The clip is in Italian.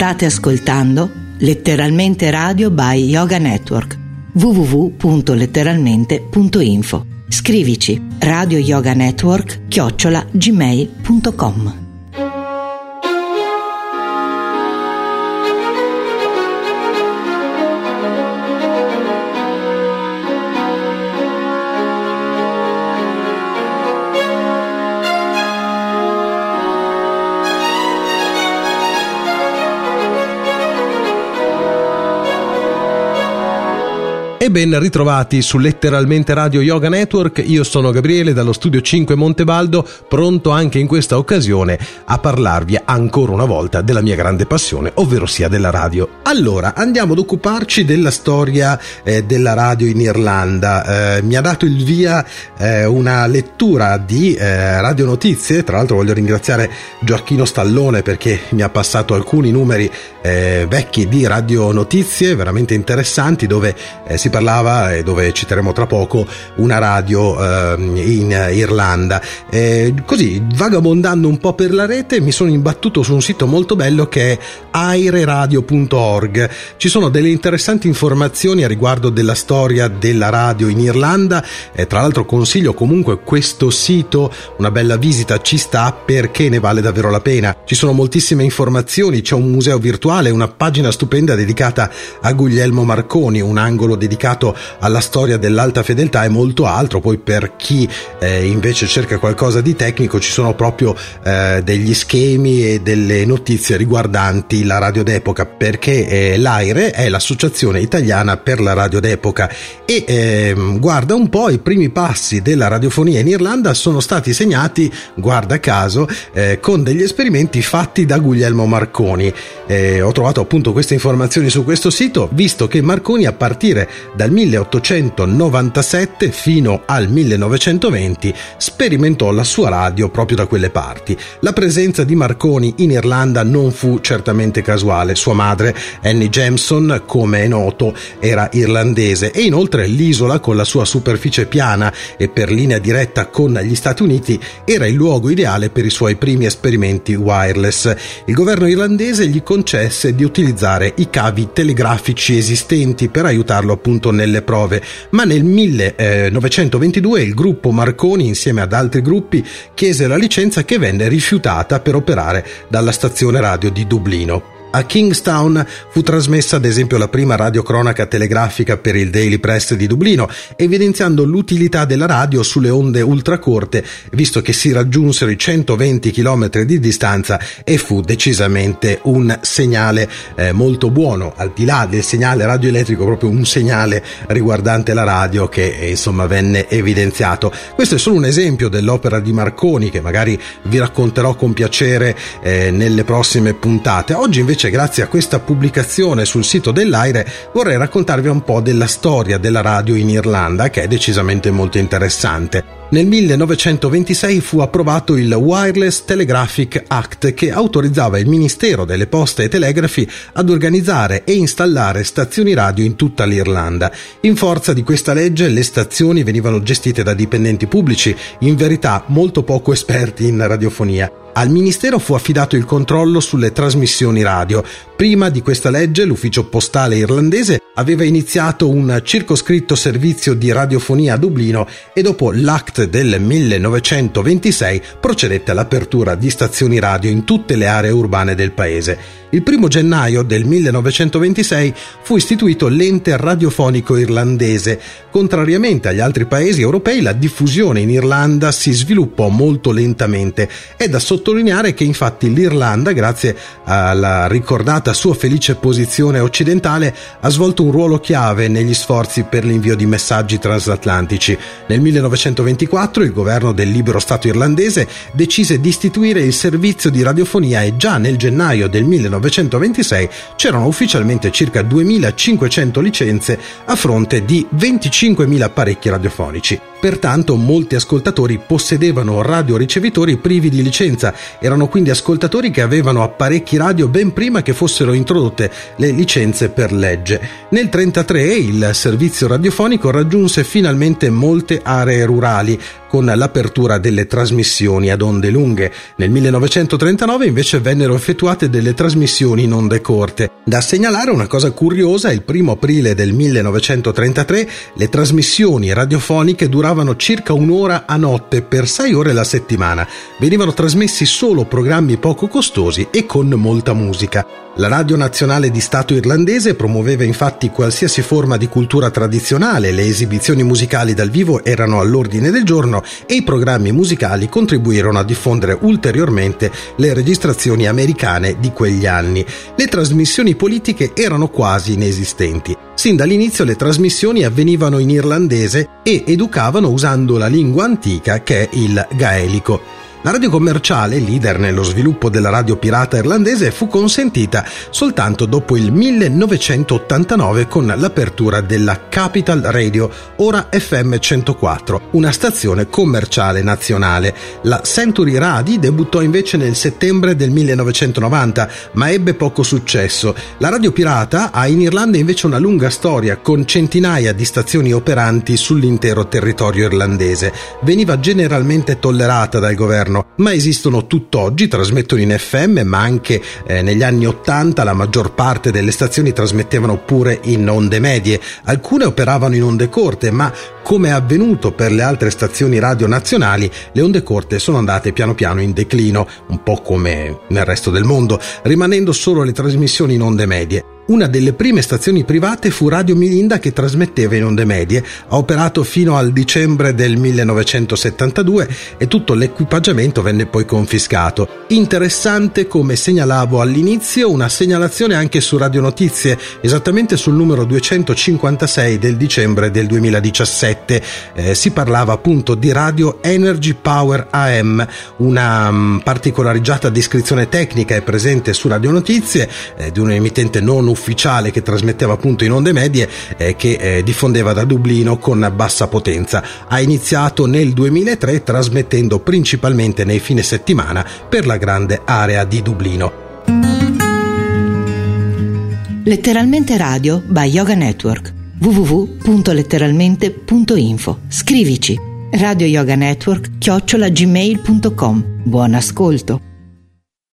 State ascoltando Letteralmente Radio by Yoga Network, www.letteralmente.info. Scrivici radioyoganetwork@gmail.com. E ben ritrovati su Letteralmente Radio Yoga Network. Io sono Gabriele dallo studio 5 Montebaldo, pronto anche in questa occasione a parlarvi ancora una volta della mia grande passione, ovvero sia della radio. Allora, andiamo ad occuparci della storia della radio in Irlanda. Mi ha dato il via una lettura di Radio Notizie. Tra l'altro voglio ringraziare Gioacchino Stallone perché mi ha passato alcuni numeri vecchi di Radio Notizie veramente interessanti, dove si parlava, e dove citeremo tra poco, una radio in Irlanda. Così, vagabondando un po' per la rete, mi sono imbattuto su un sito molto bello che è aireradio.org. Ci sono delle interessanti informazioni a riguardo della storia della radio in Irlanda. Tra l'altro consiglio comunque questo sito, una bella visita ci sta perché ne vale davvero la pena. Ci sono moltissime informazioni, c'è un museo virtuale, una pagina stupenda dedicata a Guglielmo Marconi, un angolo dedicato alla storia dell'alta fedeltà e molto altro. Poi per chi invece cerca qualcosa di tecnico ci sono proprio degli schemi e delle notizie riguardanti la radio d'epoca, perché l'AIRE è l'associazione italiana per la radio d'epoca e guarda un po', i primi passi della radiofonia in Irlanda sono stati segnati, guarda caso, con degli esperimenti fatti da Guglielmo Marconi. Ho trovato appunto queste informazioni su questo sito, visto che Marconi a partire dal 1897 fino al 1920 sperimentò la sua radio proprio da quelle parti. La presenza di Marconi in Irlanda non fu certamente casuale. Sua madre, Annie Jameson, come è noto, era irlandese e inoltre l'isola, con la sua superficie piana e per linea diretta con gli Stati Uniti, era il luogo ideale per i suoi primi esperimenti wireless. Il governo irlandese gli concesse di utilizzare i cavi telegrafici esistenti per aiutarlo appunto nelle prove, ma nel 1922 il gruppo Marconi, insieme ad altri gruppi, chiese la licenza che venne rifiutata per operare dalla stazione radio di Dublino. A Kingstown fu trasmessa ad esempio la prima radiocronaca telegrafica per il Daily Press di Dublino, evidenziando l'utilità della radio sulle onde ultracorte, visto che si raggiunsero i 120 km di distanza e fu decisamente un segnale molto buono, al di là del segnale radioelettrico, proprio un segnale riguardante la radio che insomma venne evidenziato. Questo è solo un esempio dell'opera di Marconi che magari vi racconterò con piacere nelle prossime puntate. Oggi invece, grazie a questa pubblicazione sul sito dell'AIRE, vorrei raccontarvi un po' della storia della radio in Irlanda, che è decisamente molto interessante. Nel 1926 fu approvato il Wireless Telegraphic Act, che autorizzava il Ministero delle Poste e Telegrafi ad organizzare e installare stazioni radio in tutta l'Irlanda. In forza di questa legge le stazioni venivano gestite da dipendenti pubblici, in verità molto poco esperti in radiofonia. Al Ministero fu affidato il controllo sulle trasmissioni radio. Prima di questa legge l'ufficio postale irlandese aveva iniziato un circoscritto servizio di radiofonia a Dublino e dopo l'Act del 1926 procedette all'apertura di stazioni radio in tutte le aree urbane del paese. Il 1 gennaio del 1926 fu istituito l'Ente Radiofonico Irlandese. Contrariamente agli altri paesi europei, la diffusione in Irlanda si sviluppò molto lentamente. È da sottolineare che infatti l'Irlanda, grazie alla ricordata sua felice posizione occidentale, ha svolto un ruolo chiave negli sforzi per l'invio di messaggi transatlantici. Nel 1924 il governo del libero Stato irlandese decise di istituire il servizio di radiofonia e già nel gennaio del 1926 c'erano ufficialmente circa 2500 licenze a fronte di 25.000 apparecchi radiofonici. Pertanto molti ascoltatori possedevano radioricevitori privi di licenza, erano quindi ascoltatori che avevano apparecchi radio ben prima che fossero introdotte le licenze per legge. Nel 1933 il servizio radiofonico raggiunse finalmente molte aree rurali con l'apertura delle trasmissioni ad onde lunghe. Nel 1939 invece vennero effettuate delle trasmissioni in onde corte. Da segnalare una cosa curiosa: il 1 aprile del 1933 le trasmissioni radiofoniche duravano circa un'ora a notte per 6 ore la settimana. Venivano trasmessi solo programmi poco costosi e con molta musica. La Radio Nazionale di Stato irlandese promuoveva infatti qualsiasi forma di cultura tradizionale, le esibizioni musicali dal vivo erano all'ordine del giorno e i programmi musicali contribuirono a diffondere ulteriormente le registrazioni americane di quegli anni. Le trasmissioni politiche erano quasi inesistenti. Sin dall'inizio le trasmissioni avvenivano in irlandese e educavano usando la lingua antica che è il gaelico. La radio commerciale, leader nello sviluppo della radio pirata irlandese, fu consentita soltanto dopo il 1989 con l'apertura della Capital Radio, ora FM 104, una stazione commerciale nazionale. La Century Radio debuttò invece nel settembre del 1990, ma ebbe poco successo. La radio pirata ha in Irlanda invece una lunga storia, con centinaia di stazioni operanti sull'intero territorio irlandese. Veniva generalmente tollerata dal governo, ma esistono tutt'oggi, trasmettono in FM, ma anche negli anni 80 la maggior parte delle stazioni trasmettevano pure in onde medie. Alcune operavano in onde corte, ma come è avvenuto per le altre stazioni radio nazionali, le onde corte sono andate piano piano in declino, un po' come nel resto del mondo, rimanendo solo le trasmissioni in onde medie. Una delle prime stazioni private fu Radio Milinda, che trasmetteva in onde medie, ha operato fino al dicembre del 1972 e tutto l'equipaggiamento venne poi confiscato. Interessante, come segnalavo all'inizio, una segnalazione anche su Radio Notizie, esattamente sul numero 256 del dicembre del 2017. Si parlava appunto di Radio Energy Power AM, una particolarizzata descrizione tecnica è presente su Radio Notizie di un emittente non ufficiale che trasmetteva appunto in onde medie, che diffondeva da Dublino con bassa potenza. Ha iniziato nel 2003 trasmettendo principalmente nei fine settimana per la grande area di Dublino. Letteralmente Radio by Yoga Network, www.letteralmente.info. Scrivici radioyoganetwork@gmail.com. Buon ascolto.